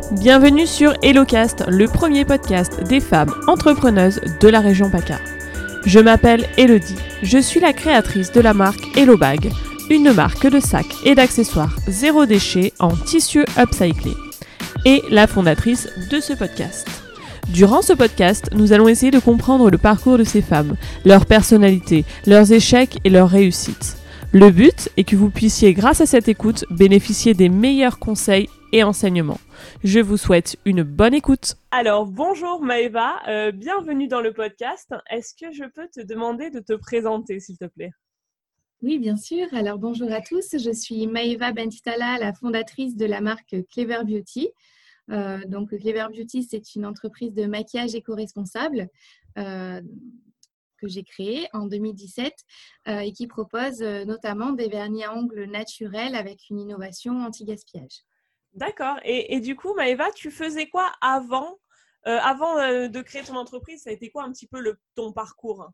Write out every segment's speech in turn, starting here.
Bienvenue sur HelloCast, le premier podcast des femmes entrepreneuses de la région PACA. Je m'appelle Elodie, je suis la créatrice de la marque HelloBag, une marque de sacs et d'accessoires zéro déchet en tissu upcyclé, et la fondatrice de ce podcast. Durant ce podcast, nous allons essayer de comprendre le parcours de ces femmes, leur personnalité, leurs échecs et leurs réussites. Le but est que vous puissiez, grâce à cette écoute, bénéficier des meilleurs conseils et enseignements. Je vous souhaite une bonne écoute. Alors, bonjour Maëva, bienvenue dans le podcast. Est-ce que je peux te demander de te présenter, s'il te plaît ? Oui, bien sûr. Alors, bonjour à tous. Je suis Maëva Bentitala, la fondatrice de la marque Clever Beauty. Donc, Clever Beauty, c'est une entreprise de maquillage éco-responsable que j'ai créée en 2017 et qui propose notamment des vernis à ongles naturels avec une innovation anti-gaspillage. D'accord. Et du coup, Maëva, tu faisais quoi avant de créer ton entreprise? Ça a été quoi un petit peu ton parcours?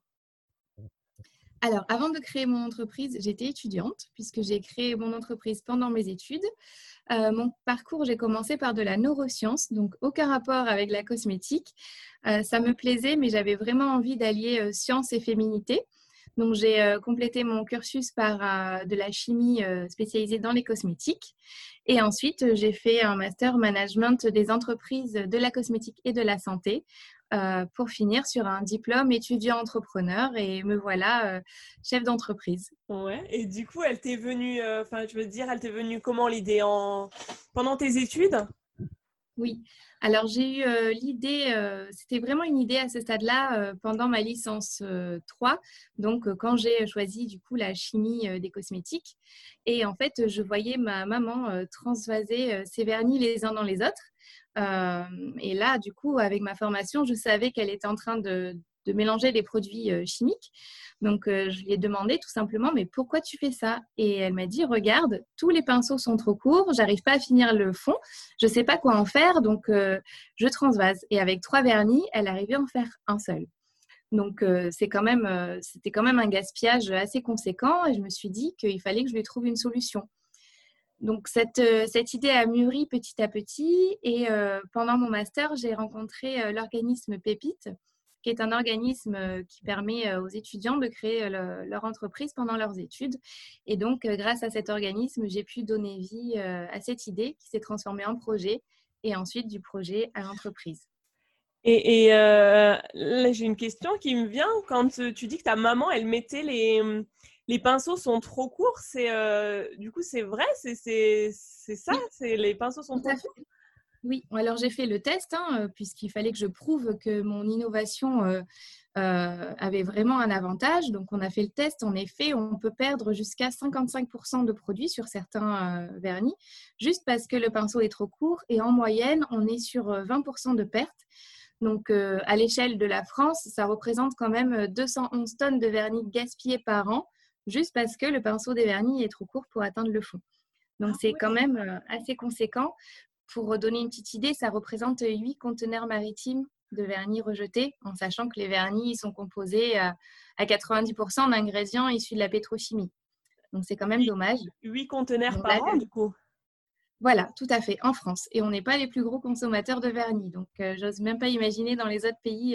Alors, avant de créer mon entreprise, j'étais étudiante puisque j'ai créé mon entreprise pendant mes études. Mon parcours, j'ai commencé par de la neuroscience, donc aucun rapport avec la cosmétique. Ça me plaisait, mais j'avais vraiment envie d'allier science et féminité. Donc, j'ai complété mon cursus par de la chimie spécialisée dans les cosmétiques. Et ensuite, j'ai fait un master management des entreprises de la cosmétique et de la santé pour finir sur un diplôme étudiant-entrepreneur. Et me voilà chef d'entreprise. Ouais. Et du coup, elle t'est venue, elle t'est venue comment l'idée pendant tes études? Oui, alors j'ai eu l'idée, c'était vraiment une idée à ce stade-là pendant ma licence 3, donc quand j'ai choisi du coup la chimie des cosmétiques. Et en fait, je voyais ma maman transvaser ses vernis les uns dans les autres. Et là, du coup, avec ma formation, je savais qu'elle était en train de mélanger les produits chimiques. Donc, je lui ai demandé tout simplement, mais pourquoi tu fais ça? Et elle m'a dit, regarde, tous les pinceaux sont trop courts, j'arrive pas à finir le fond, je sais pas quoi en faire, donc je transvase. Et avec 3 vernis, elle arrivait à en faire un seul. Donc, c'était quand même un gaspillage assez conséquent et je me suis dit qu'il fallait que je lui trouve une solution. Donc, cette idée a mûri petit à petit et pendant mon master, j'ai rencontré l'organisme Pépite, qui est un organisme qui permet aux étudiants de créer leur entreprise pendant leurs études. Et donc, grâce à cet organisme, j'ai pu donner vie à cette idée qui s'est transformée en projet et ensuite du projet à l'entreprise. Et là, j'ai une question qui me vient. Quand tu dis que ta maman, elle mettait les pinceaux sont trop courts, du coup, c'est vrai? C'est ça? Oui, Les pinceaux sont tout trop à fait. courts? Oui, alors j'ai fait le test puisqu'il fallait que je prouve que mon innovation avait vraiment un avantage. Donc, on a fait le test. En effet, on peut perdre jusqu'à 55% de produits sur certains vernis juste parce que le pinceau est trop court. Et en moyenne, on est sur 20% de perte. Donc, à l'échelle de la France, ça représente quand même 211 tonnes de vernis gaspillés par an juste parce que le pinceau des vernis est trop court pour atteindre le fond. Donc, c'est quand même assez conséquent. Pour donner une petite idée, ça représente 8 conteneurs maritimes de vernis rejetés, en sachant que les vernis sont composés à 90% d'ingrédients issus de la pétrochimie. Donc, c'est quand même dommage. 8 conteneurs Donc, par an, du coup. voilà, tout à fait, en France. Et on n'est pas les plus gros consommateurs de vernis. Donc, j'ose même pas imaginer dans les autres pays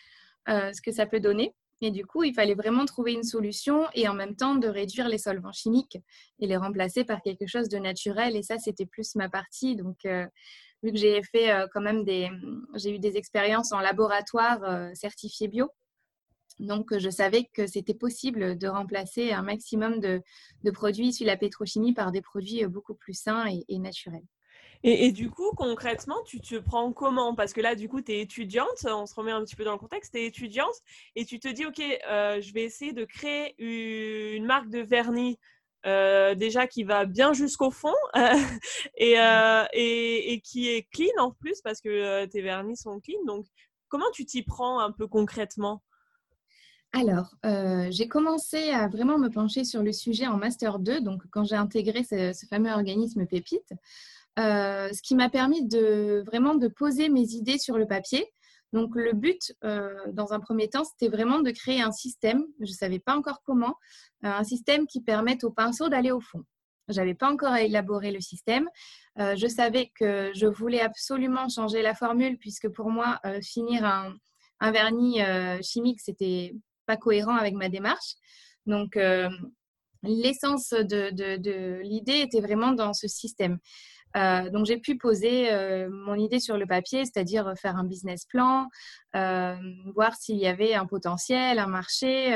ce que ça peut donner. Et du coup, il fallait vraiment trouver une solution et en même temps de réduire les solvants chimiques et les remplacer par quelque chose de naturel. Et ça, c'était plus ma partie. Donc, vu que j'ai fait quand même j'ai eu des expériences en laboratoire certifié bio. Donc, je savais que c'était possible de remplacer un maximum de produits issus de la pétrochimie par des produits beaucoup plus sains et naturels. Et du coup, concrètement, tu te prends comment? Parce que là, du coup, tu es étudiante, on se remet un petit peu dans le contexte, tu es étudiante et tu te dis, OK, je vais essayer de créer une marque de vernis déjà qui va bien jusqu'au fond et qui est clean en plus parce que tes vernis sont clean. Donc, comment tu t'y prends un peu concrètement? Alors, j'ai commencé à vraiment me pencher sur le sujet en Master 2, donc quand j'ai intégré ce fameux organisme Pépite, ce qui m'a permis vraiment de poser mes idées sur le papier. Donc, le but, dans un premier temps, c'était vraiment de créer un système, je ne savais pas encore comment, un système qui permette au pinceau d'aller au fond. J'avais pas encore élaboré le système. Je savais que je voulais absolument changer la formule puisque pour moi, finir un vernis chimique, c'était pas cohérent avec ma démarche. Donc, l'essence de l'idée était vraiment dans ce système. Donc, j'ai pu poser mon idée sur le papier, c'est-à-dire faire un business plan, voir s'il y avait un potentiel, un marché,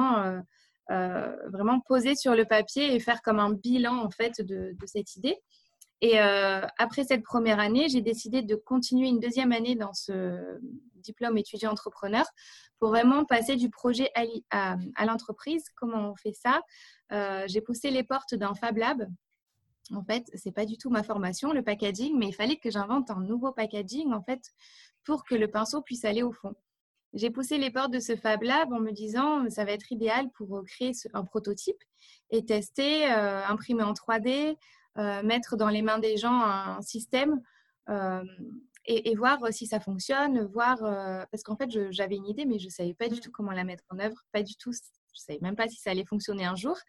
vraiment poser sur le papier et faire comme un bilan en fait de cette idée. Et après cette première année, j'ai décidé de continuer une deuxième année dans ce diplôme étudiant entrepreneur pour vraiment passer du projet à l'entreprise. Comment on fait ça? J'ai poussé les portes d'un Fab Lab. En fait, c'est pas du tout ma formation, le packaging, mais il fallait que j'invente un nouveau packaging en fait pour que le pinceau puisse aller au fond. J'ai poussé les portes de ce Fab Lab en me disant ça va être idéal pour créer un prototype et tester, imprimer en 3D, mettre dans les mains des gens un système et voir si ça fonctionne, voir parce qu'en fait j'avais une idée mais je ne savais pas du tout comment la mettre en œuvre, pas du tout, je ne savais même pas si ça allait fonctionner un jour.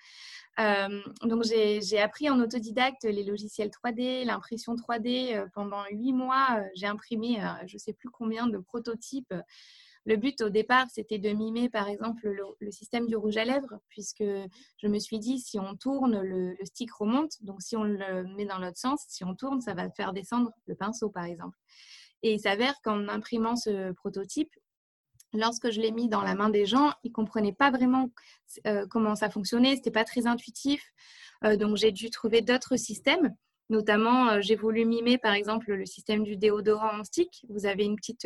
Donc j'ai appris en autodidacte les logiciels 3D, l'impression 3D pendant 8 mois. J'ai imprimé je ne sais plus combien de prototypes. Le but au départ, c'était de mimer par exemple le système du rouge à lèvres, puisque je me suis dit si on tourne, le stick remonte. Donc si on le met dans l'autre sens, si on tourne, ça va faire descendre le pinceau par exemple. Et il s'avère qu'en imprimant ce prototype, lorsque je l'ai mis dans la main des gens, ils ne comprenaient pas vraiment comment ça fonctionnait. Ce n'était pas très intuitif. Donc j'ai dû trouver d'autres systèmes. Notamment, j'ai voulu mimer, par exemple, le système du déodorant en stick. Vous avez une petite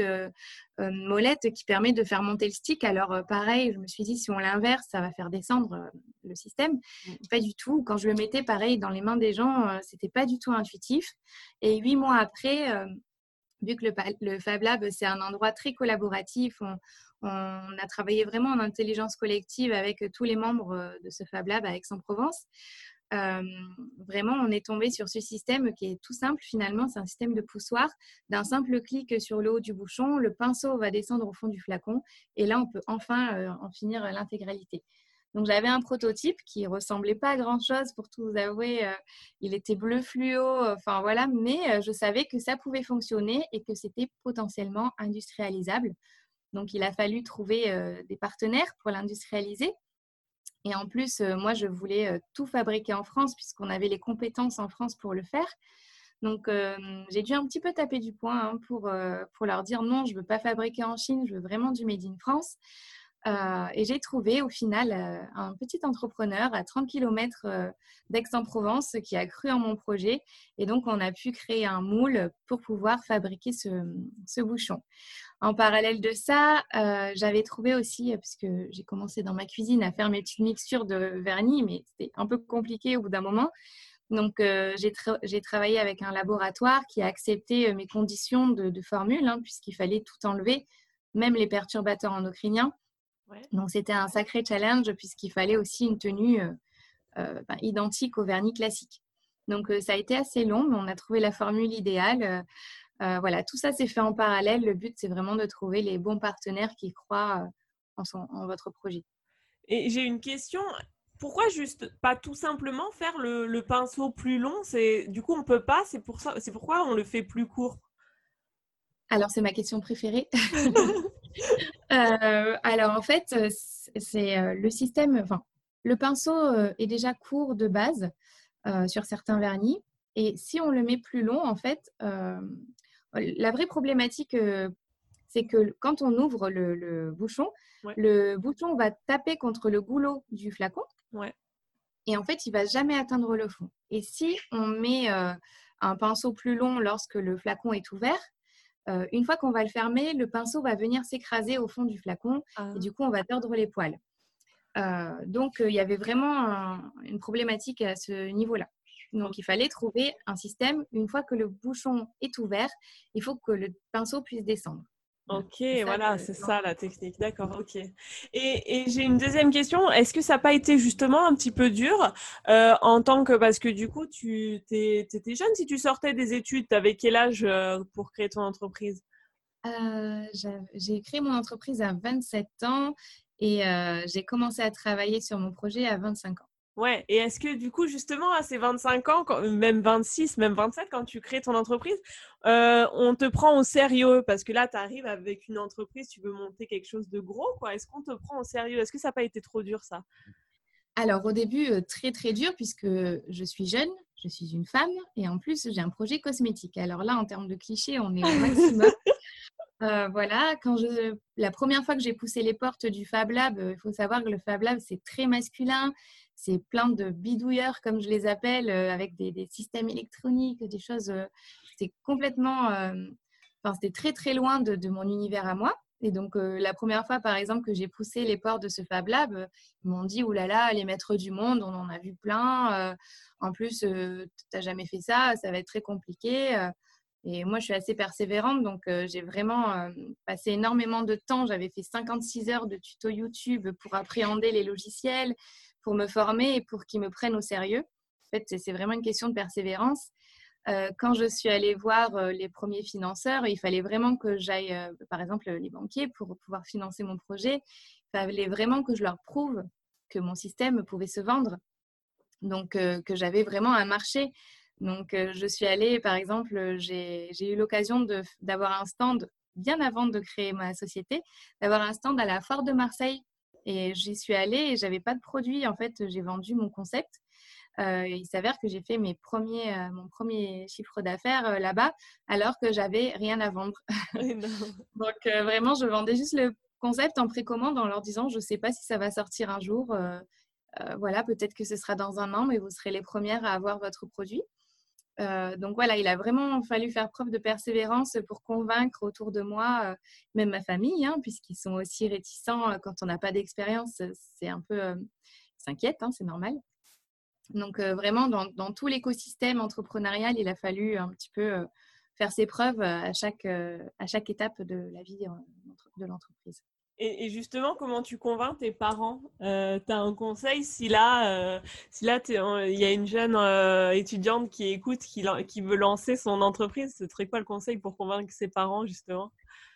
molette qui permet de faire monter le stick. Alors, pareil, je me suis dit, si on l'inverse, ça va faire descendre le système. Pas du tout. Quand je le mettais, pareil, dans les mains des gens, c'était pas du tout intuitif. Et 8 mois après, vu que le Fab Lab, c'est un endroit très collaboratif, on a travaillé vraiment en intelligence collective avec tous les membres de ce Fab Lab à Aix-en-Provence. Vraiment, on est tombé sur ce système qui est tout simple finalement, c'est un système de poussoir. D'un simple clic sur le haut du bouchon, le pinceau va descendre au fond du flacon et là, on peut enfin en finir l'intégralité. Donc, j'avais un prototype qui ressemblait pas à grand-chose, pour tout vous avouer. Il était bleu fluo, enfin voilà, mais je savais que ça pouvait fonctionner et que c'était potentiellement industrialisable. Donc, il a fallu trouver des partenaires pour l'industrialiser. Et en plus, moi, je voulais tout fabriquer en France puisqu'on avait les compétences en France pour le faire. Donc, j'ai dû un petit peu taper du poing pour leur dire non, je ne veux pas fabriquer en Chine, je veux vraiment du Made in France. Et j'ai trouvé au final un petit entrepreneur à 30 km d'Aix-en-Provence qui a cru en mon projet. Et donc, on a pu créer un moule pour pouvoir fabriquer ce bouchon. En parallèle de ça, j'avais trouvé aussi, parce que j'ai commencé dans ma cuisine à faire mes petites mixtures de vernis, mais c'était un peu compliqué au bout d'un moment. Donc, j'ai travaillé avec un laboratoire qui a accepté mes conditions de formule, puisqu'il fallait tout enlever, même les perturbateurs endocriniens. Ouais. Donc, c'était un sacré challenge puisqu'il fallait aussi une tenue identique au vernis classique. Donc, ça a été assez long, mais on a trouvé la formule idéale. Voilà, tout ça s'est fait en parallèle. Le but, c'est vraiment de trouver les bons partenaires qui croient en votre projet. Et j'ai une question. Pourquoi juste pas tout simplement faire le pinceau plus long? Du coup, on peut pas. C'est pourquoi on le fait plus court. Alors, c'est ma question préférée. Alors, en fait, c'est le système. Enfin, le pinceau est déjà court de base sur certains vernis. Et si on le met plus long, en fait, la vraie problématique, c'est que quand on ouvre le bouchon, ouais, le bouchon va taper contre le goulot du flacon. Ouais. Et en fait, il ne va jamais atteindre le fond. Et si on met un pinceau plus long lorsque le flacon est ouvert, une fois qu'on va le fermer, le pinceau va venir s'écraser au fond du flacon et du coup, on va tordre les poils. Donc, il y avait vraiment une problématique à ce niveau-là. Donc, il fallait trouver un système. Une fois que le bouchon est ouvert, il faut que le pinceau puisse descendre. Ok, voilà, c'est ça la technique. D'accord, ok. Et j'ai une deuxième question. Est-ce que ça n'a pas été justement un petit peu dur parce que du coup, tu étais jeune si tu sortais des études, tu avais quel âge pour créer ton entreprise? J'ai créé mon entreprise à 27 ans et j'ai commencé à travailler sur mon projet à 25 ans. Ouais, et est-ce que du coup, justement, à ces 25 ans, même 26, même 27, quand tu crées ton entreprise, on te prend au sérieux? Parce que là, tu arrives avec une entreprise, tu veux monter quelque chose de gros, quoi. Est-ce qu'on te prend au sérieux? Est-ce que ça n'a pas été trop dur, ça? Alors au début, très très dur puisque je suis jeune, je suis une femme et en plus j'ai un projet cosmétique. Alors là, en termes de clichés, on est au maximum. Voilà, la première fois que j'ai poussé les portes du Fab Lab, il faut savoir que le Fab Lab, c'est très masculin. C'est plein de bidouilleurs, comme je les appelle, avec des systèmes électroniques, des choses. C'était complètement. Enfin, c'était très, très loin de mon univers à moi. Et donc, la première fois, par exemple, que j'ai poussé les portes de ce Fab Lab, ils m'ont dit: ouh là là, les maîtres du monde, on en a vu plein. En plus, tu n'as jamais fait ça, ça va être très compliqué. Et moi, je suis assez persévérante, donc j'ai vraiment passé énormément de temps. J'avais fait 56 heures de tuto YouTube pour appréhender les logiciels, pour me former et pour qu'ils me prennent au sérieux. En fait, c'est vraiment une question de persévérance. Quand je suis allée voir les premiers financeurs, il fallait vraiment que j'aille, par exemple, les banquiers, pour pouvoir financer mon projet. Il fallait vraiment que je leur prouve que mon système pouvait se vendre, donc que j'avais vraiment un marché. Donc, je suis allée, par exemple, j'ai eu l'occasion d'avoir un stand bien avant de créer ma société, d'avoir un stand à la Foire de Marseille. Et j'y suis allée et j'avais pas de produit. En fait, j'ai vendu mon concept. Il s'avère que j'ai fait mon premier chiffre d'affaires là-bas, alors que j'avais rien à vendre. Donc, vraiment, je vendais juste le concept en précommande en leur disant, je sais pas si ça va sortir un jour. Voilà, peut-être que ce sera dans un an, mais vous serez les premières à avoir votre produit. Donc voilà, il a vraiment fallu faire preuve de persévérance pour convaincre autour de moi, même ma famille, hein, puisqu'ils sont aussi réticents quand on n'a pas d'expérience. C'est un peu, ils s'inquiètent, hein, c'est normal. Donc vraiment, dans tout l'écosystème entrepreneurial, il a fallu un petit peu faire ses preuves à chaque étape de la vie de l'entreprise. Et justement, comment tu convaincs tes parents? Tu as un conseil si là il y a une jeune étudiante qui écoute, qui veut lancer son entreprise, ce serait quoi le conseil pour convaincre ses parents, justement?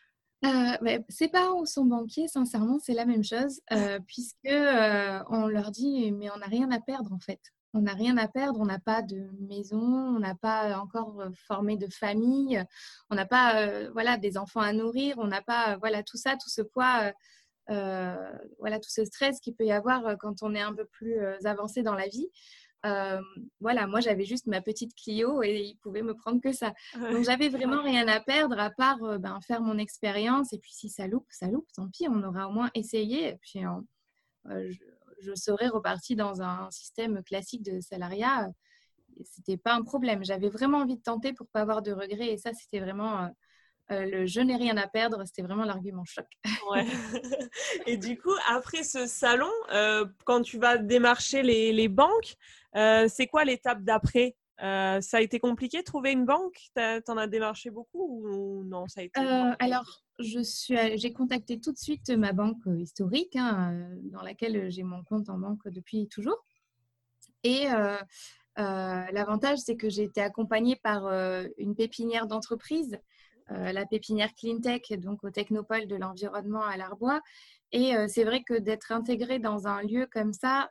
Ses parents sont banquiers, sincèrement, c'est la même chose, puisque on leur dit, mais on n'a rien à perdre en fait. On n'a rien à perdre, on n'a pas de maison, on n'a pas encore formé de famille, on n'a pas voilà, des enfants à nourrir, on n'a pas voilà, tout ça, tout ce poids, voilà, tout ce stress qu'il peut y avoir quand on est un peu plus avancé dans la vie. Euh, voilà, moi j'avais juste ma petite Clio et ils pouvaient me prendre que ça. Donc j'avais vraiment rien à perdre à part faire mon expérience. Et puis si ça loupe, tant pis, on aura au moins essayé. Et puis je serais repartie dans un système classique de salariat. C'était pas un problème. J'avais vraiment envie de tenter pour pas avoir de regrets. Et ça, c'était vraiment le je n'ai rien à perdre. C'était vraiment l'argument choc. Ouais. Et du coup, après ce salon, quand tu vas démarcher les banques, c'est quoi l'étape d'après? Ça a été compliqué de trouver une banque? T'en as démarché beaucoup ou non, ça a été Alors, j'ai contacté tout de suite ma banque historique, hein, dans laquelle j'ai mon compte en banque depuis toujours. Et l'avantage, c'est que j'ai été accompagnée par une pépinière d'entreprise, la pépinière Cleantech, donc au Technopole de l'environnement à l'Arbois. Et c'est vrai que d'être intégré dans un lieu comme ça,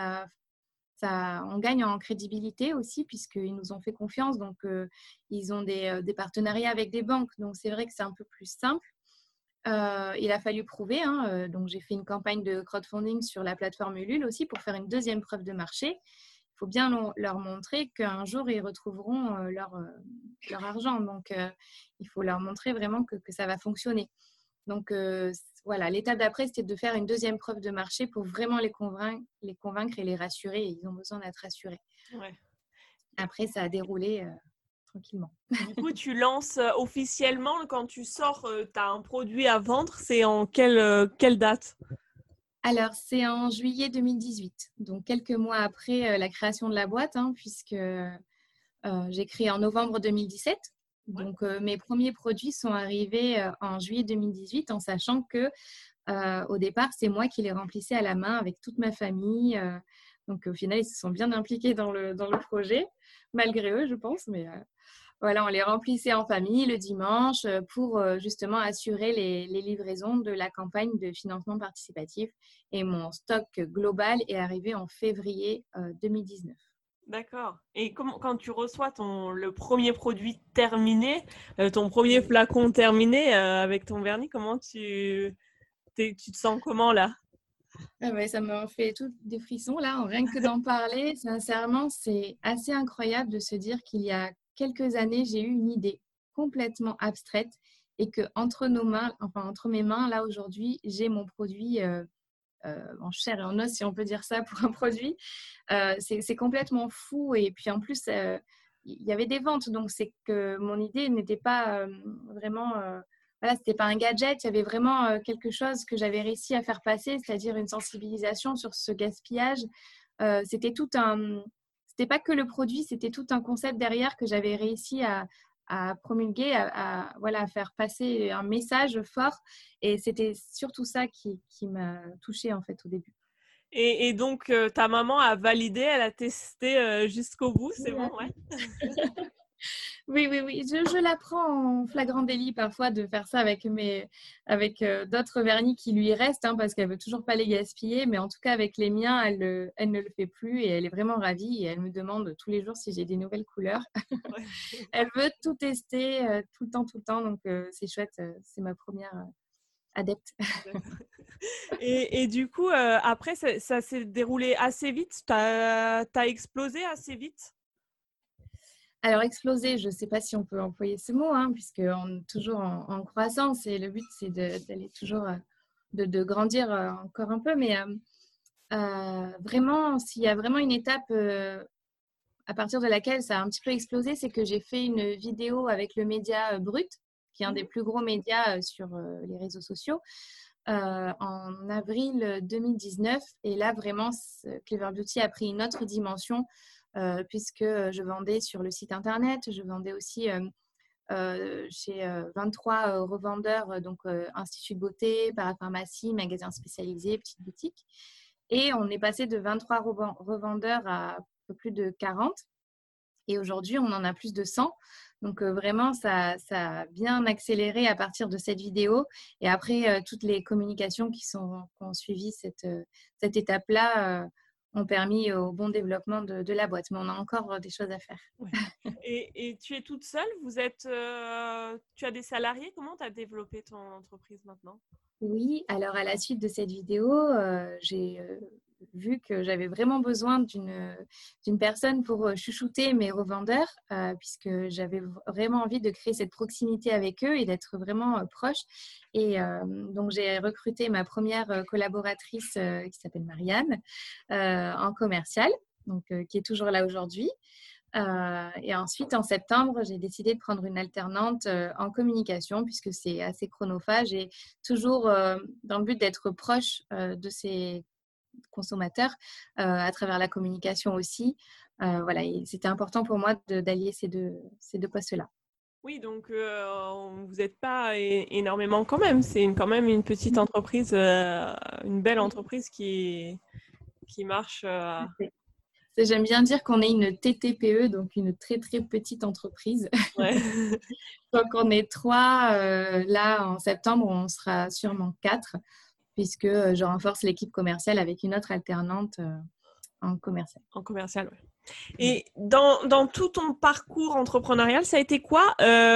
on gagne en crédibilité aussi, puisqu'ils nous ont fait confiance. Donc, ils ont des partenariats avec des banques. Donc, c'est vrai que c'est un peu plus simple. Il a fallu prouver, hein, donc j'ai fait une campagne de crowdfunding sur la plateforme Ulule aussi pour faire une deuxième preuve de marché. Il faut bien leur montrer qu'un jour, ils retrouveront leur argent. Donc, il faut leur montrer vraiment que ça va fonctionner. Donc, voilà, l'étape d'après, c'était de faire une deuxième preuve de marché pour vraiment les convaincre et les rassurer. Ils ont besoin d'être rassurés. Ouais. Après, ça a déroulé tranquillement. Du coup, tu lances officiellement quand tu sors, tu as un produit à vendre. C'est en quelle date? Alors, c'est en juillet 2018, donc quelques mois après la création de la boîte, hein, puisque j'ai créé en novembre 2017. Donc, mes premiers produits sont arrivés en juillet 2018, en sachant que au départ, c'est moi qui les remplissais à la main avec toute ma famille. Donc, au final, ils se sont bien impliqués dans le projet, malgré eux, je pense. Mais Voilà, on les remplissait en famille le dimanche pour justement assurer les livraisons de la campagne de financement participatif. Et mon stock global est arrivé en février 2019. D'accord. Et quand tu reçois le premier produit terminé, ton premier flacon terminé avec ton vernis, tu te sens comment là? Ah ouais, ça me fait tout des frissons là, rien que d'en parler. Sincèrement, c'est assez incroyable de se dire qu'il y a quelques années, j'ai eu une idée complètement abstraite et que entre mes mains, là aujourd'hui, j'ai mon produit en chair et en os, si on peut dire ça pour un produit. C'est complètement fou. Et puis en plus, il y avait des ventes, donc c'est que mon idée n'était pas vraiment voilà, c'était pas un gadget, il y avait vraiment quelque chose que j'avais réussi à faire passer, c'est-à-dire une sensibilisation sur ce gaspillage. C'était pas que le produit, c'était tout un concept derrière que j'avais réussi à promulguer, voilà, à faire passer un message fort. Et c'était surtout ça qui m'a touchée en fait au début. Et donc, ta maman a validé, elle a testé jusqu'au bout, c'est bon, ouais. Oui, oui, oui. Je la prends en flagrant délit parfois de faire ça avec d'autres vernis qui lui restent, hein, parce qu'elle veut toujours pas les gaspiller. Mais en tout cas, avec les miens, elle ne le fait plus et elle est vraiment ravie. Et elle me demande tous les jours si j'ai des nouvelles couleurs. Ouais. Elle veut tout tester tout le temps, tout le temps. Donc, c'est chouette. C'est ma première adepte. Et du coup, après, ça s'est déroulé assez vite. T'as explosé assez vite. Alors, exploser, je ne sais pas si on peut employer ce mot, hein, puisqu'on est toujours en croissance et le but, c'est d'aller toujours, de grandir encore un peu. Mais vraiment, s'il y a vraiment une étape à partir de laquelle ça a un petit peu explosé, c'est que j'ai fait une vidéo avec le média Brut, qui est un des plus gros médias sur les réseaux sociaux, en avril 2019. Et là, vraiment, Clever Beauty a pris une autre dimension puisque je vendais sur le site internet, je vendais aussi chez 23 revendeurs, donc Institut de beauté, parapharmacie, magasins spécialisés, petites boutiques. Et on est passé de 23 revendeurs à un peu plus de 40. Et aujourd'hui, on en a plus de 100. Donc vraiment, ça a bien accéléré à partir de cette vidéo. Et après, toutes les communications qui ont suivi cette étape-là ont permis au bon développement de la boîte. Mais on a encore des choses à faire. Ouais. Et tu es toute seule? Tu as des salariés? Comment tu as développé ton entreprise maintenant? Oui, alors à la suite de cette vidéo, j'ai vu que j'avais vraiment besoin d'une personne pour chouchouter mes revendeurs, puisque j'avais vraiment envie de créer cette proximité avec eux et d'être vraiment proche. Et donc, j'ai recruté ma première collaboratrice qui s'appelle Marianne en commercial, donc, qui est toujours là aujourd'hui. Et ensuite, en septembre, j'ai décidé de prendre une alternante en communication puisque c'est assez chronophage et toujours dans le but d'être proche de ces consommateurs à travers la communication aussi. Voilà, et c'était important pour moi d'allier ces deux postes-là. Oui, donc vous n'êtes pas énormément quand même. C'est quand même une petite entreprise, une belle entreprise qui marche. J'aime bien dire qu'on est une TTPE, donc une très très petite entreprise. Ouais. Donc on est 3. Là, en septembre, on sera sûrement 4, puisque je renforce l'équipe commerciale avec une autre alternante en commercial. En commercial, oui. Et dans tout ton parcours entrepreneurial, ça a été quoi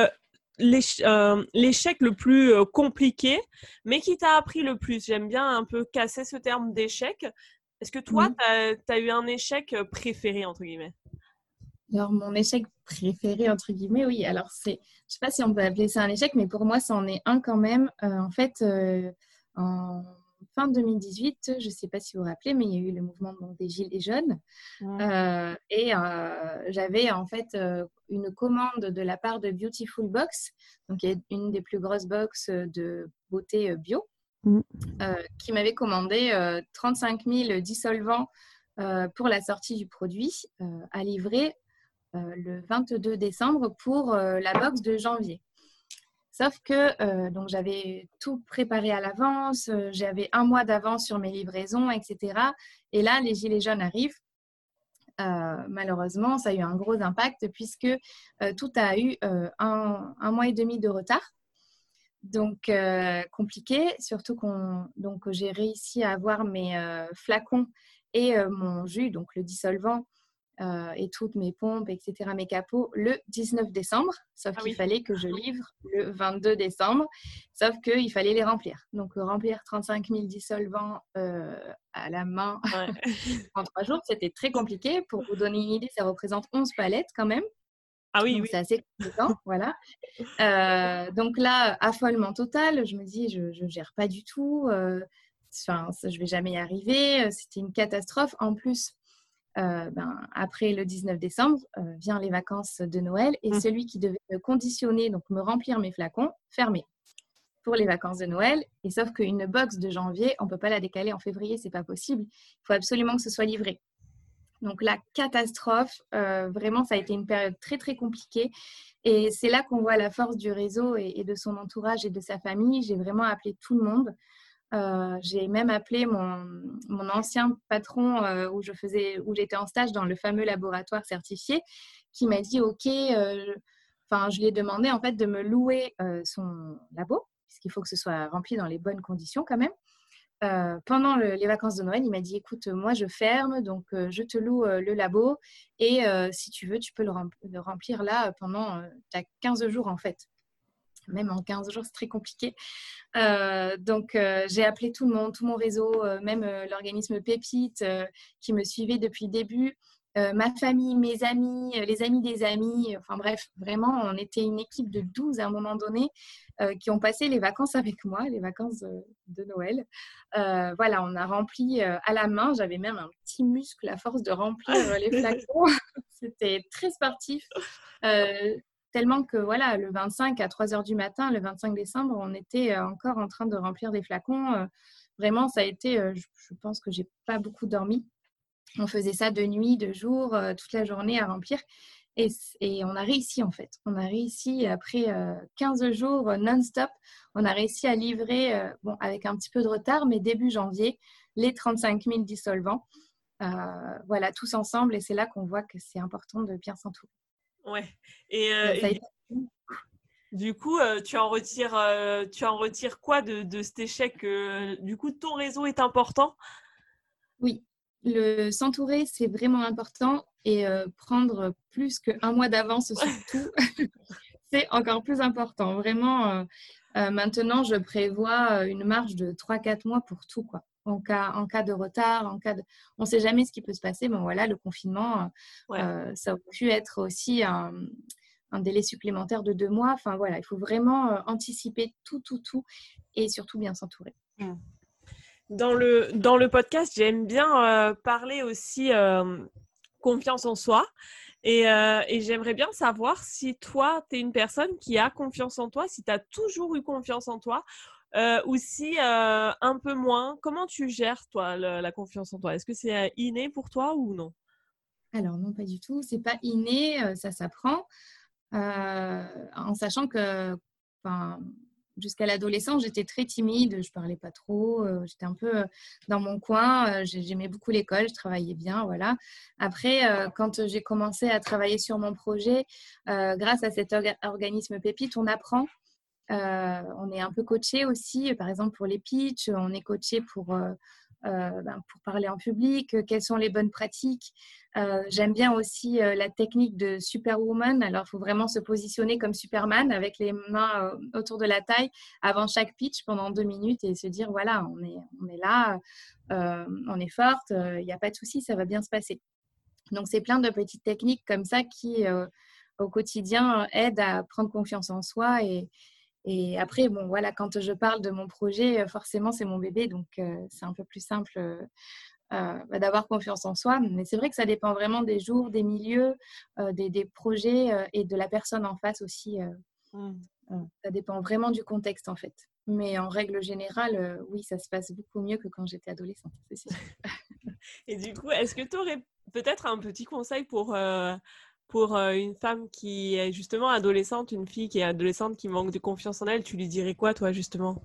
l'échec le plus compliqué, mais qui t'a appris le plus? J'aime bien un peu casser ce terme d'échec. Est-ce que toi, tu as eu un échec préféré, entre guillemets? Alors, mon échec préféré, entre guillemets, oui. Alors, je ne sais pas si on peut appeler ça un échec, mais pour moi, c'en est un quand même. En fait, en fin 2018, je ne sais pas si vous vous rappelez, mais il y a eu le mouvement des Gilets jaunes. Et j'avais en fait une commande de la part de Beautiful Box, donc qui est une des plus grosses box de beauté bio, qui m'avait commandé 35 000 dissolvants pour la sortie du produit à livrer le 22 décembre pour la box de janvier. Sauf que donc j'avais tout préparé à l'avance, j'avais un mois d'avance sur mes livraisons, etc. Et là, les Gilets jaunes arrivent. Malheureusement, ça a eu un gros impact puisque tout a eu un mois et demi de retard. Donc, compliqué, surtout donc j'ai réussi à avoir mes flacons et mon jus, donc le dissolvant, et toutes mes pompes, etc., mes capots, le 19 décembre. Sauf qu'il fallait que je livre le 22 décembre, sauf qu'il fallait les remplir. Donc, remplir 35 000 dissolvants à la main en 3 jours, c'était très compliqué. Pour vous donner une idée, ça représente 11 palettes quand même. Ah oui, donc, c'est assez conséquent, voilà. Donc là, affolement total. Je me dis, je ne gère pas du tout. Je ne vais jamais y arriver. C'était une catastrophe. En plus, après le 19 décembre, vient les vacances de Noël et celui qui devait me conditionner, donc me remplir mes flacons, fermé pour les vacances de Noël. Et sauf qu'une box de janvier, on ne peut pas la décaler en février, c'est pas possible. Il faut absolument que ce soit livré. Donc la catastrophe, vraiment, ça a été une période très, très compliquée. Et c'est là qu'on voit la force du réseau et de son entourage et de sa famille. J'ai vraiment appelé tout le monde. J'ai même appelé mon ancien patron où j'étais en stage dans le fameux laboratoire certifié, qui m'a dit OK. Je lui ai demandé en fait de me louer son labo, puisqu'il faut que ce soit rempli dans les bonnes conditions quand même. Pendant les vacances de Noël, il m'a dit écoute, moi je ferme, donc je te loue le labo et si tu veux, tu peux le remplir là pendant 15 jours en fait. Même en 15 jours, c'est très compliqué. Donc, j'ai appelé tout le monde, tout mon réseau, même l'organisme Pépite qui me suivait depuis le début, ma famille, mes amis, les amis des amis. Enfin bref, vraiment, on était une équipe de 12 à un moment donné qui ont passé les vacances avec moi, les vacances de Noël. Voilà, on a rempli à la main. J'avais même un petit muscle à force de remplir les flacons. C'était très sportif. Tellement que voilà, le 25 à 3 heures du matin, le 25 décembre, on était encore en train de remplir des flacons. Vraiment, ça a été, je pense que j'ai pas beaucoup dormi. On faisait ça de nuit, de jour, toute la journée à remplir. Et on a réussi en fait. On a réussi après 15 jours non-stop. On a réussi à livrer, avec un petit peu de retard, mais début janvier, les 35 000 dissolvants. Voilà, tous ensemble. Et c'est là qu'on voit que c'est important de bien s'entourer. Ouais. Du coup, tu en retires quoi de cet échec du coup, ton réseau est important? Oui, s'entourer, c'est vraiment important et prendre plus qu'un mois d'avance surtout, c'est encore plus important. Vraiment, maintenant, je prévois une marge de 3-4 mois pour tout, quoi. En cas de retard, on ne sait jamais ce qui peut se passer. Bon, voilà, le confinement, ça aurait pu être aussi un délai supplémentaire de 2 mois. Enfin, voilà, il faut vraiment anticiper tout et surtout bien s'entourer. Dans le podcast, j'aime bien parler aussi confiance en soi. Et j'aimerais bien savoir si toi, tu es une personne qui a confiance en toi, si tu as toujours eu confiance en toi ou si un peu moins. Comment tu gères, toi, la confiance en toi? Est-ce que c'est inné pour toi ou non? Alors non, pas du tout. C'est pas inné, ça s'apprend. En sachant que jusqu'à l'adolescence, j'étais très timide, je parlais pas trop, j'étais un peu dans mon coin, j'aimais beaucoup l'école, je travaillais bien, voilà. Après, quand j'ai commencé à travailler sur mon projet, grâce à cet organisme Pépite, on apprend. On est un peu coaché aussi, par exemple pour les pitchs, on est coaché pour parler en public, quelles sont les bonnes pratiques. J'aime bien aussi la technique de Superwoman. Alors, il faut vraiment se positionner comme Superman avec les mains autour de la taille avant chaque pitch pendant 2 minutes et se dire, voilà, on est là, on est forte, il n'y a pas de souci, ça va bien se passer. Donc, c'est plein de petites techniques comme ça qui, au quotidien, aident à prendre confiance en soi. Et après, bon, voilà, quand je parle de mon projet, forcément, c'est mon bébé, donc c'est un peu plus simple d'avoir confiance en soi. Mais c'est vrai que ça dépend vraiment des jours, des milieux, des projets et de la personne en face aussi. Ça dépend vraiment du contexte, en fait. Mais en règle générale, oui, ça se passe beaucoup mieux que quand j'étais adolescente, c'est sûr. Et du coup, est-ce que tu aurais peut-être un petit conseil pour une femme qui est justement adolescente, une fille qui est adolescente, qui manque de confiance en elle? Tu lui dirais quoi, toi, justement?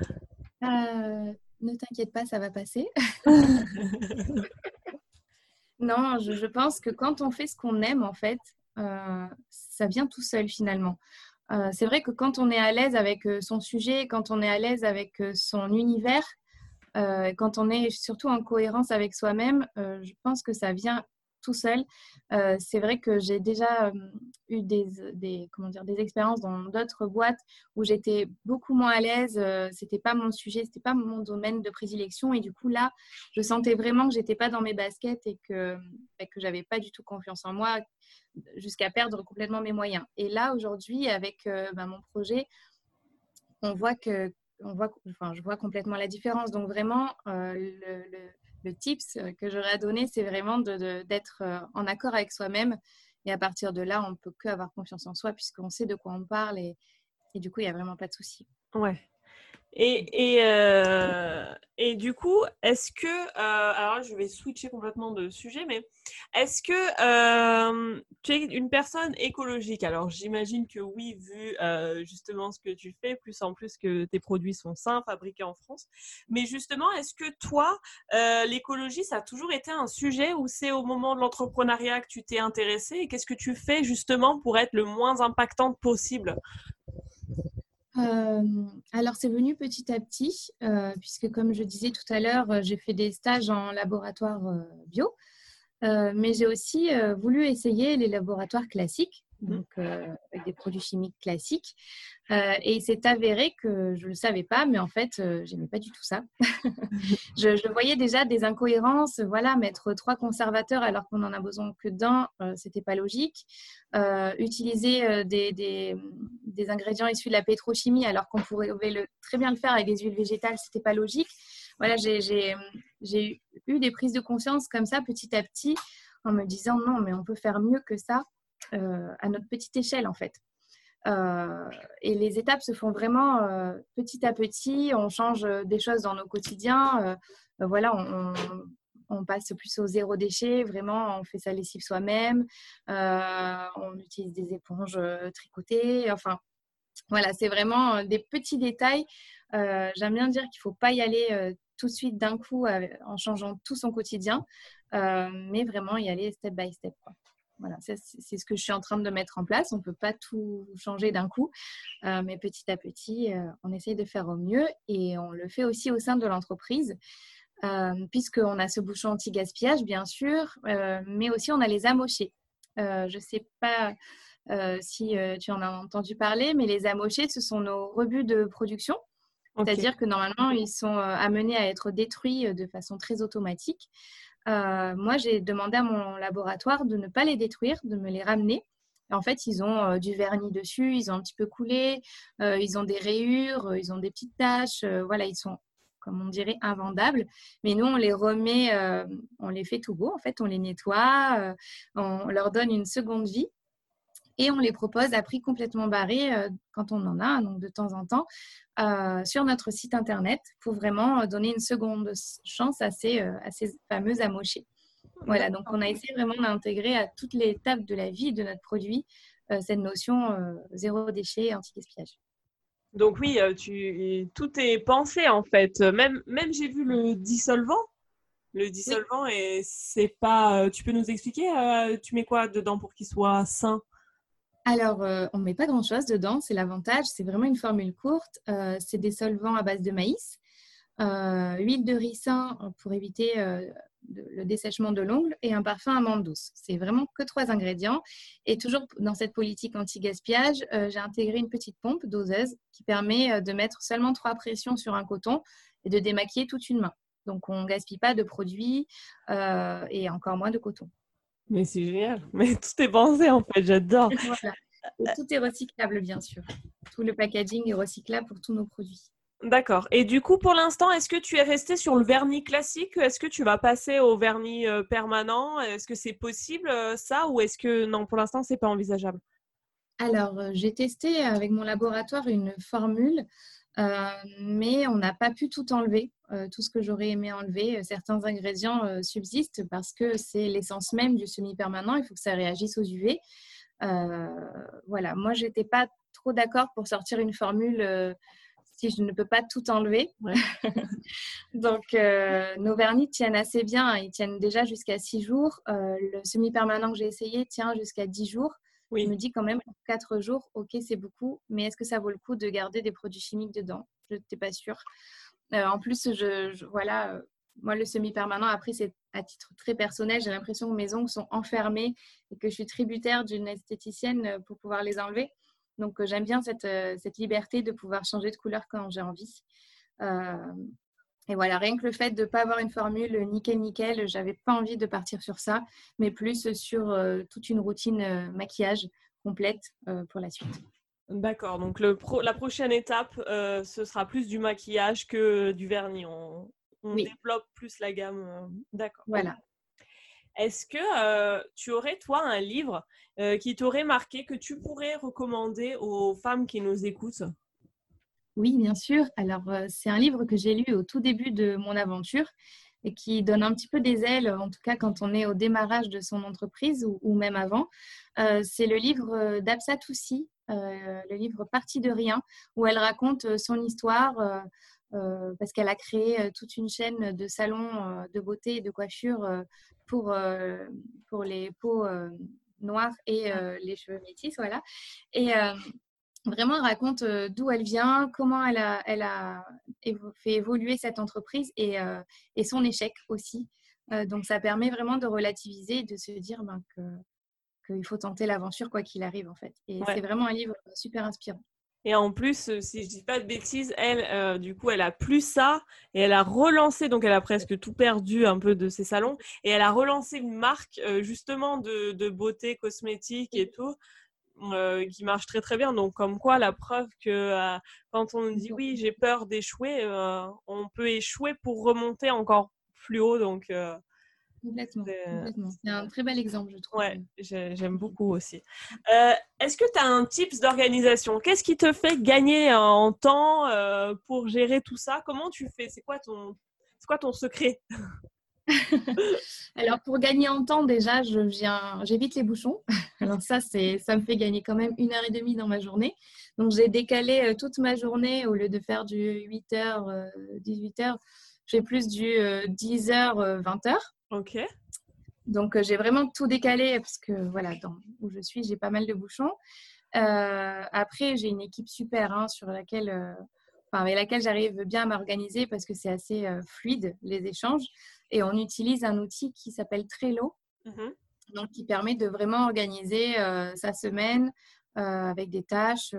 Ne t'inquiète pas, ça va passer. Non, je pense que quand on fait ce qu'on aime, en fait, ça vient tout seul finalement. C'est vrai que quand on est à l'aise avec son sujet, quand on est à l'aise avec son univers, quand on est surtout en cohérence avec soi-même, je pense que ça vient tout seul. C'est vrai que j'ai déjà eu comment dire, des expériences dans d'autres boîtes où j'étais beaucoup moins à l'aise. C'était pas mon sujet, c'était pas mon domaine de prédilection. Et du coup, là, je sentais vraiment que j'étais pas dans mes baskets et que j'avais pas du tout confiance en moi jusqu'à perdre complètement mes moyens. Et là, aujourd'hui, avec mon projet, on voit que enfin, je vois complètement la différence. Donc vraiment, le tips que j'aurais à donner, c'est vraiment d'être en accord avec soi-même. Et à partir de là, on ne peut qu'avoir confiance en soi puisqu'on sait de quoi on parle et du coup, il n'y a vraiment pas de souci. Ouais. Et du coup, est-ce que, alors là, je vais switcher complètement de sujet, mais est-ce que tu es une personne écologique? Alors, j'imagine que oui, vu justement ce que tu fais, plus en plus que tes produits sont sains, fabriqués en France. Mais justement, est-ce que toi, l'écologie, ça a toujours été un sujet ou c'est au moment de l'entrepreneuriat que tu t'es intéressée? Et qu'est-ce que tu fais justement pour être le moins impactante possible? Alors, c'est venu petit à petit, puisque comme je disais tout à l'heure, j'ai fait des stages en laboratoire bio, mais j'ai aussi voulu essayer les laboratoires classiques, donc avec des produits chimiques classiques. Et il s'est avéré que je ne le savais pas, mais en fait, je n'aimais pas du tout ça. Je voyais déjà des incohérences. Voilà, mettre 3 conservateurs alors qu'on n'en a besoin que d'un, c'était pas logique. Utiliser des ingrédients issus de la pétrochimie alors qu'on pourrait très bien le faire avec des huiles végétales, c'était pas logique. Voilà, j'ai eu des prises de conscience comme ça petit à petit en me disant non, mais on peut faire mieux que ça à notre petite échelle en fait. Et les étapes se font vraiment petit à petit. On change des choses dans nos quotidiens. Voilà, on passe plus au zéro déchet. Vraiment, on fait sa lessive soi-même. On utilise des éponges tricotées. Enfin, voilà, c'est vraiment des petits détails. J'aime bien dire qu'il ne faut pas y aller tout de suite d'un coup en changeant tout son quotidien, mais vraiment y aller step by step, quoi. Voilà, c'est ce que je suis en train de mettre en place. On ne peut pas tout changer d'un coup, mais petit à petit, on essaye de faire au mieux et on le fait aussi au sein de l'entreprise, puisqu'on a ce bouchon anti-gaspillage, bien sûr, mais aussi on a les amochés. Je ne sais pas si tu en as entendu parler, mais les amochés, ce sont nos rebuts de production. Okay. C'est-à-dire que normalement, ils sont amenés à être détruits de façon très automatique. Moi, j'ai demandé à mon laboratoire de ne pas les détruire, de me les ramener. Et en fait, ils ont du vernis dessus, ils ont un petit peu coulé, ils ont des rayures, ils ont des petites taches. Voilà, ils sont, comme on dirait, invendables. Mais nous, on les remet, on les fait tout beau. En fait, on les nettoie, on leur donne une seconde vie. Et on les propose à prix complètement barré quand on en a, donc de temps en temps, sur notre site internet pour vraiment donner une seconde chance à ces fameux amochés. Voilà, donc on a essayé vraiment d'intégrer à toutes les étapes de la vie de notre produit cette notion zéro déchet, anti-gaspillage. Donc oui, tout est pensé en fait. Même j'ai vu le dissolvant. Le dissolvant, oui. Et c'est pas. Tu peux nous expliquer tu mets quoi dedans pour qu'il soit sain? Alors, on ne met pas grand-chose dedans, c'est l'avantage. C'est vraiment une formule courte. C'est des solvants à base de maïs, huile de ricin pour éviter le dessèchement de l'ongle et un parfum amande douce. C'est vraiment que 3 ingrédients. Et toujours dans cette politique anti-gaspillage, j'ai intégré une petite pompe doseuse qui permet de mettre seulement 3 pressions sur un coton et de démaquiller toute une main. Donc, on ne gaspille pas de produits et encore moins de coton. Mais c'est génial. Mais tout est pensé en fait, j'adore. Voilà. Et tout est recyclable, bien sûr. Tout le packaging est recyclable pour tous nos produits. D'accord. Et du coup, pour l'instant, est-ce que tu es resté sur le vernis classique? Est-ce que tu vas passer au vernis permanent? Est-ce que c'est possible ça? Ou est-ce que non, pour l'instant, c'est pas envisageable? Alors, j'ai testé avec mon laboratoire une formule, mais on n'a pas pu tout enlever, tout ce que j'aurais aimé enlever. Certains ingrédients subsistent parce que c'est l'essence même du semi-permanent. Il faut que ça réagisse aux UV. Voilà, moi, je n'étais pas trop d'accord pour sortir une formule si je ne peux pas tout enlever. Ouais. Donc, nos vernis tiennent assez bien. Ils tiennent déjà jusqu'à 6 jours. Le semi-permanent que j'ai essayé tient jusqu'à 10 jours. Oui. Je me dis quand même, pour 4 jours, ok, c'est beaucoup. Mais est-ce que ça vaut le coup de garder des produits chimiques dedans? Je n'étais pas sûre. En plus, voilà, moi, le semi-permanent, après, c'est à titre très personnel. J'ai l'impression que mes ongles sont enfermés et que je suis tributaire d'une esthéticienne pour pouvoir les enlever. Donc, j'aime bien cette liberté de pouvoir changer de couleur quand j'ai envie. Et voilà, rien que le fait de ne pas avoir une formule nickel, j'avais pas envie de partir sur ça, mais plus sur toute une routine maquillage complète pour la suite. D'accord, donc la prochaine étape, ce sera plus du maquillage que du vernis. On Oui. développe plus la gamme. D'accord. Voilà. Est-ce que tu aurais, toi, un livre qui t'aurait marqué, que tu pourrais recommander aux femmes qui nous écoutent? Oui, bien sûr. Alors, c'est un livre que j'ai lu au tout début de mon aventure et qui donne un petit peu des ailes, en tout cas quand on est au démarrage de son entreprise ou même avant. C'est le livre d'Absa Toussi, le livre Partie de rien, où elle raconte son histoire parce qu'elle a créé toute une chaîne de salons de beauté et de coiffure pour les peaux noires et les cheveux métis. Voilà. Et vraiment, elle raconte d'où elle vient, comment elle a fait évoluer cette entreprise et son échec aussi. Donc, ça permet vraiment de relativiser et de se dire qu'il faut tenter l'aventure quoi qu'il arrive en fait. Et Ouais. c'est vraiment un livre super inspirant. Et en plus, si je dis pas de bêtises, elle, du coup, elle a plus ça et elle a relancé, donc elle a presque tout perdu un peu de ses salons et elle a relancé une marque justement de beauté cosmétique et tout. Qui marche très très bien. Donc comme quoi la preuve que quand on nous dit oui j'ai peur d'échouer, on peut échouer pour remonter encore plus haut. Donc Complètement. C'est un très bel exemple, je trouve. Ouais, j'aime beaucoup aussi. Est-ce que tu as un tips d'organisation? Qu'est-ce qui te fait gagner en temps pour gérer tout ça? Comment tu fais? C'est quoi ton secret? Alors, pour gagner en temps, déjà, j'évite les bouchons. Alors ça me fait gagner quand même 1h30 dans ma journée. Donc, j'ai décalé toute ma journée. Au lieu de faire du 8h, 18h, je fais plus du 10h, 20h. Ok. Donc, j'ai vraiment tout décalé parce que, voilà, où je suis, j'ai pas mal de bouchons. Après, j'ai une équipe super avec laquelle j'arrive bien à m'organiser parce que c'est assez fluide, les échanges. Et on utilise un outil qui s'appelle Trello, donc qui permet de vraiment organiser sa semaine avec des tâches.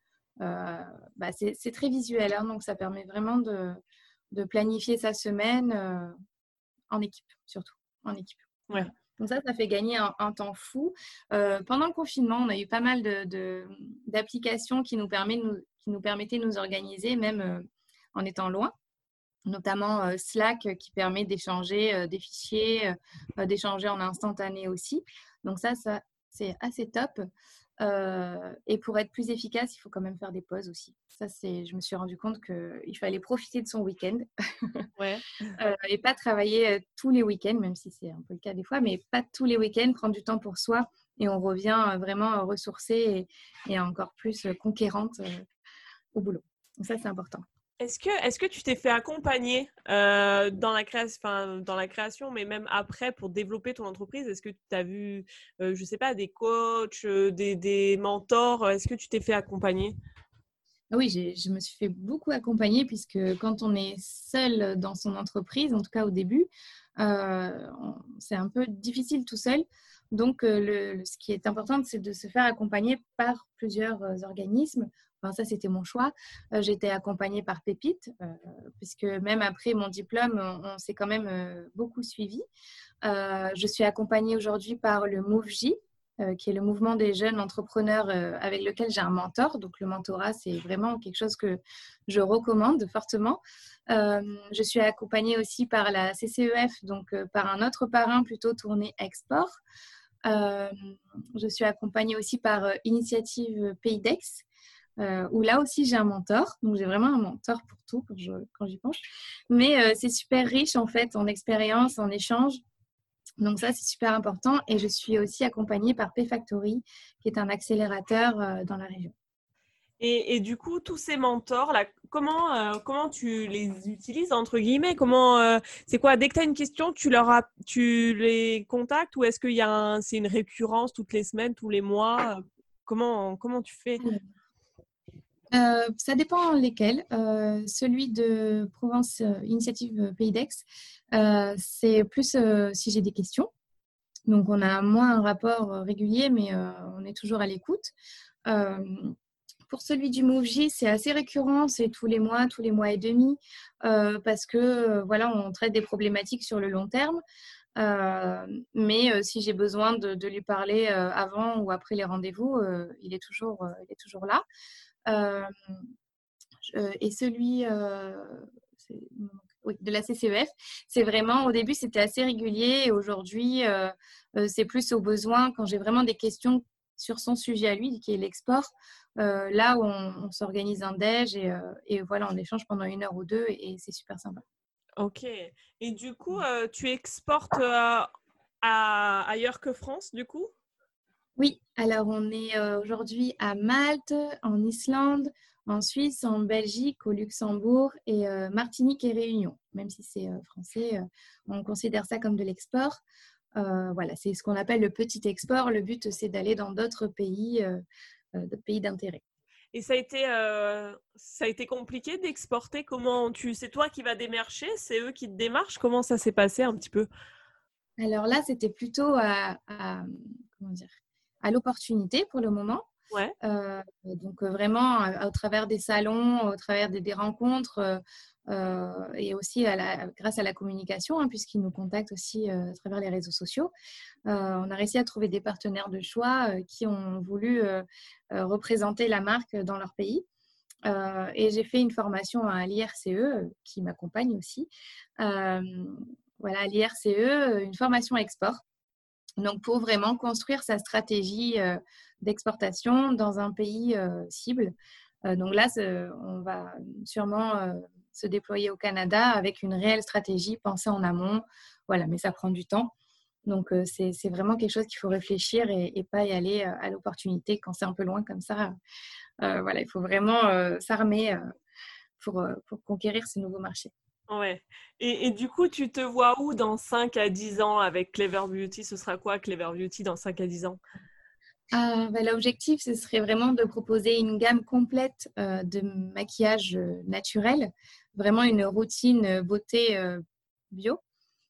C'est très visuel, hein, donc ça permet vraiment de planifier sa semaine en équipe, surtout en équipe. Ouais. Donc ça fait gagner un temps fou. Pendant le confinement, on a eu pas mal d'applications qui nous permettaient de nous organiser, même en étant loin. Notamment Slack qui permet d'échanger des fichiers, d'échanger en instantané aussi. Donc ça c'est assez top. Et pour être plus efficace, il faut quand même faire des pauses aussi. Je me suis rendu compte qu'il fallait profiter de son week-end. Ouais. Et pas travailler tous les week-ends, même si c'est un peu le cas des fois, mais pas tous les week-ends, prendre du temps pour soi et on revient vraiment ressourcée et encore plus conquérante au boulot. Donc ça, c'est important. Est-ce que tu t'es fait accompagner dans la création, mais même après pour développer ton entreprise? Est-ce que tu as vu, je sais pas, des coachs, des mentors? Est-ce que tu t'es fait accompagner? Oui, je me suis fait beaucoup accompagner puisque quand on est seul dans son entreprise, en tout cas au début, c'est un peu difficile tout seul. Donc, ce qui est important, c'est de se faire accompagner par plusieurs organismes. Enfin, ça, c'était mon choix. J'ai été accompagnée par Pépite, puisque même après mon diplôme, on s'est quand même beaucoup suivi. Je suis accompagnée aujourd'hui par le MoveJ, qui est le mouvement des jeunes entrepreneurs avec lequel j'ai un mentor. Donc, le mentorat, c'est vraiment quelque chose que je recommande fortement. Je suis accompagnée aussi par la CCEF, donc par un autre parrain plutôt tourné export. Je suis accompagnée aussi par Initiative Pays d'Aix, où là aussi j'ai un mentor. Donc, j'ai vraiment un mentor pour tout quand j'y pense. Mais c'est super riche en fait en expérience, en échange. Donc ça, c'est super important. Et je suis aussi accompagnée par P-Factory, qui est un accélérateur dans la région. Et du coup, tous ces mentors, là, comment tu les utilises, entre guillemets? C'est quoi? Dès que tu as une question, tu les contactes ou est-ce c'est une récurrence toutes les semaines, tous les mois? Comment tu fais? Ça dépend lesquels. Celui de Provence Initiative Pays d'Aix, c'est plus si j'ai des questions. Donc, on a moins un rapport régulier, mais on est toujours à l'écoute. Euh, pour celui du MOVJ, c'est assez récurrent, c'est tous les mois et demi, parce que voilà, on traite des problématiques sur le long terme. Mais si j'ai besoin de lui parler avant ou après les rendez-vous, il est toujours là. Euh, et celui oui, de la CCEF, c'est vraiment, au début, c'était assez régulier et aujourd'hui, c'est plus au besoin quand j'ai vraiment des questions sur son sujet à lui, qui est l'export. Là, on s'organise un déj et voilà, on échange pendant 1 heure ou deux et c'est super sympa. Ok. Et du coup, tu exportes ailleurs que France, du coup? Oui, alors on est aujourd'hui à Malte, en Islande, en Suisse, en Belgique, au Luxembourg et Martinique et Réunion. Même si c'est français, on considère ça comme de l'export. Voilà, c'est ce qu'on appelle le petit export. Le but, c'est d'aller dans d'autres pays d'intérêt. Et ça a été compliqué d'exporter. C'est toi qui vas démarcher, c'est eux qui te démarchent. Comment ça s'est passé un petit peu? Alors là, c'était plutôt comment dire, à l'opportunité pour le moment. Ouais. Donc vraiment au travers des salons, au travers des rencontres et aussi grâce à la communication, hein, puisqu'ils nous contactent aussi à travers les réseaux sociaux. On a réussi à trouver des partenaires de choix qui ont voulu représenter la marque dans leur pays. Et j'ai fait une formation à l'IRCE qui m'accompagne aussi. Voilà, à l'IRCE, une formation export. Donc, pour vraiment construire sa stratégie d'exportation dans un pays cible. Donc là, on va sûrement se déployer au Canada avec une réelle stratégie pensée en amont. Voilà, mais ça prend du temps. Donc, c'est vraiment quelque chose qu'il faut réfléchir et pas y aller à l'opportunité quand c'est un peu loin comme ça. Voilà, il faut vraiment s'armer pour conquérir ce nouveau marché. Ouais. Et du coup, tu te vois où dans 5 à 10 ans avec Clever Beauty? Ce sera quoi Clever Beauty dans 5 à 10 ans? L'objectif, ce serait vraiment de proposer une gamme complète de maquillage naturel, vraiment une routine beauté bio.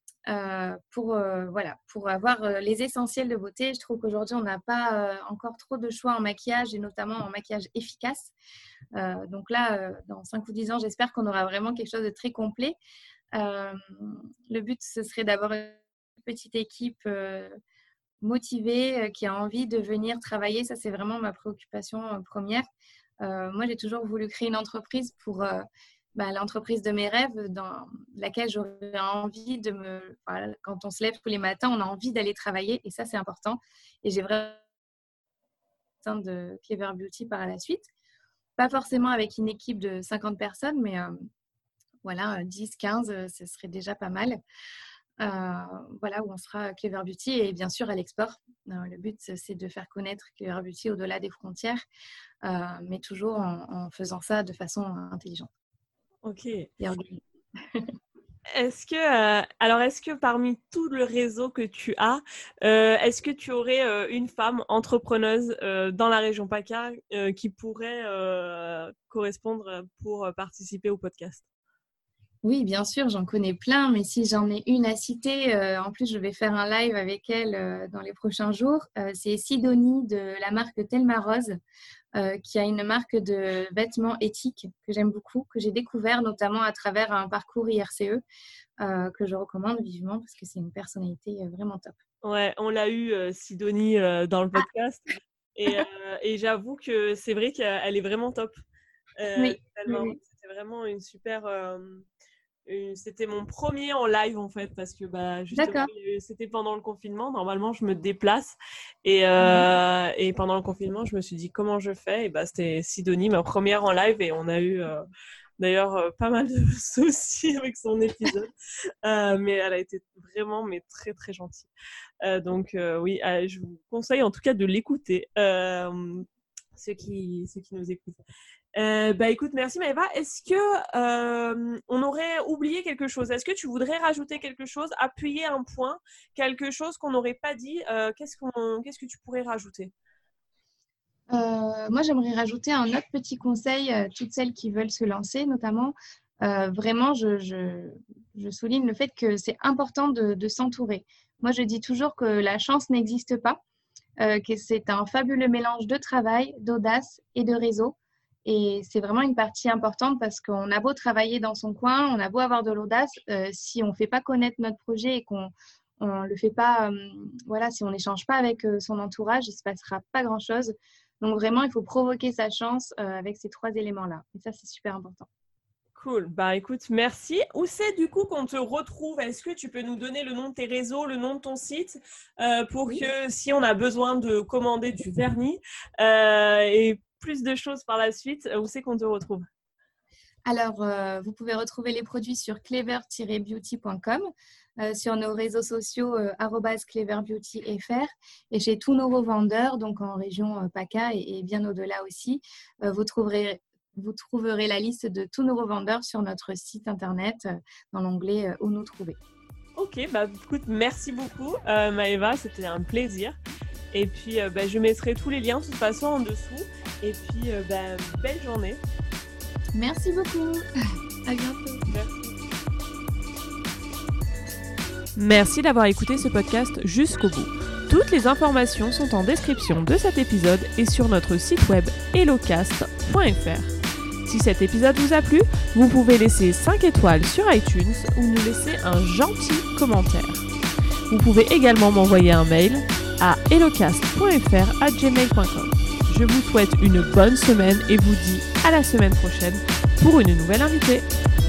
Pour avoir les essentiels de beauté. Je trouve qu'aujourd'hui, on n'a pas encore trop de choix en maquillage et notamment en maquillage efficace. Donc là, dans 5 ou 10 ans, j'espère qu'on aura vraiment quelque chose de très complet. Le but, ce serait d'avoir une petite équipe motivée qui a envie de venir travailler. Ça, c'est vraiment ma préoccupation première. Moi, j'ai toujours voulu créer une entreprise pour l'entreprise de mes rêves dans laquelle j'aurais envie voilà, quand on se lève tous les matins, on a envie d'aller travailler et ça, c'est important. Et j'ai vraiment besoin de Clever Beauty par la suite. Pas forcément avec une équipe de 50 personnes, mais voilà, 10, 15, ce serait déjà pas mal. Voilà, où on sera Clever Beauty et bien sûr à l'export. Le but, c'est de faire connaître Clever Beauty au-delà des frontières, mais toujours en faisant ça de façon intelligente. Ok. Et organisée. Est-ce que parmi tout le réseau que tu as, est-ce que tu aurais une femme entrepreneuse dans la région PACA qui pourrait correspondre pour participer au podcast? Oui, bien sûr, j'en connais plein, mais si j'en ai une à citer, en plus, je vais faire un live avec elle dans les prochains jours. C'est Sidonie de la marque Thelma Rose, qui a une marque de vêtements éthiques que j'aime beaucoup, que j'ai découvert notamment à travers un parcours IRCE que je recommande vivement parce que c'est une personnalité vraiment top. Ouais, on l'a eu, Sidonie, dans le Ah, podcast. Et, et j'avoue que c'est vrai qu'elle est vraiment top. oui, oui, Thelma Rose, oui. c'était vraiment une super. C'était mon premier en live en fait, parce que justement, D'accord. c'était pendant le confinement. Normalement, je me déplace Mhm. et pendant le confinement, je me suis dit comment je fais. Et c'était Sidonie, ma première en live, et on a eu d'ailleurs pas mal de soucis avec son épisode, mais elle a été vraiment très très gentille. Donc oui, je vous conseille en tout cas de l'écouter. ceux qui nous écoutent. Écoute, merci Maëva. Est-ce que on aurait oublié quelque chose? Est-ce que tu voudrais rajouter quelque chose, appuyer un point, quelque chose qu'on n'aurait pas dit? Qu'est-ce que tu pourrais rajouter? Moi, j'aimerais rajouter un autre petit conseil à toutes celles qui veulent se lancer, notamment. Vraiment, je souligne le fait que c'est important de s'entourer. Moi, je dis toujours que la chance n'existe pas, que c'est un fabuleux mélange de travail, d'audace et de réseau. Et c'est vraiment une partie importante parce qu'on a beau travailler dans son coin, on a beau avoir de l'audace, si on ne fait pas connaître notre projet et qu'on le fait pas, si on n'échange pas avec son entourage, il ne se passera pas grand-chose. Donc vraiment, il faut provoquer sa chance avec ces 3 éléments-là. Et ça, c'est super important. Cool. Écoute, merci. Où c'est du coup qu'on te retrouve? Est-ce que tu peux nous donner le nom de tes réseaux, le nom de ton site pour que si on a besoin de commander du vernis et plus de choses par la suite, où c'est qu'on te retrouve? Alors, vous pouvez retrouver les produits sur clever-beauty.com, sur nos réseaux sociaux @cleverbeauty.fr et chez tous nos revendeurs, donc en région PACA et bien au-delà aussi. Vous trouverez la liste de tous nos revendeurs sur notre site internet dans l'onglet « Où nous trouver ». Ok, écoute, merci beaucoup Maëva, c'était un plaisir. Et puis, je mettrai tous les liens de toute façon en dessous. Et puis, belle journée. Merci beaucoup. À bientôt. Merci. Merci d'avoir écouté ce podcast jusqu'au bout. Toutes les informations sont en description de cet épisode et sur notre site web hellocast.fr. Si cet épisode vous a plu, vous pouvez laisser 5 étoiles sur iTunes ou nous laisser un gentil commentaire. Vous pouvez également m'envoyer un mail à hellocast.fr@gmail.com. Je vous souhaite une bonne semaine et vous dis à la semaine prochaine pour une nouvelle invitée.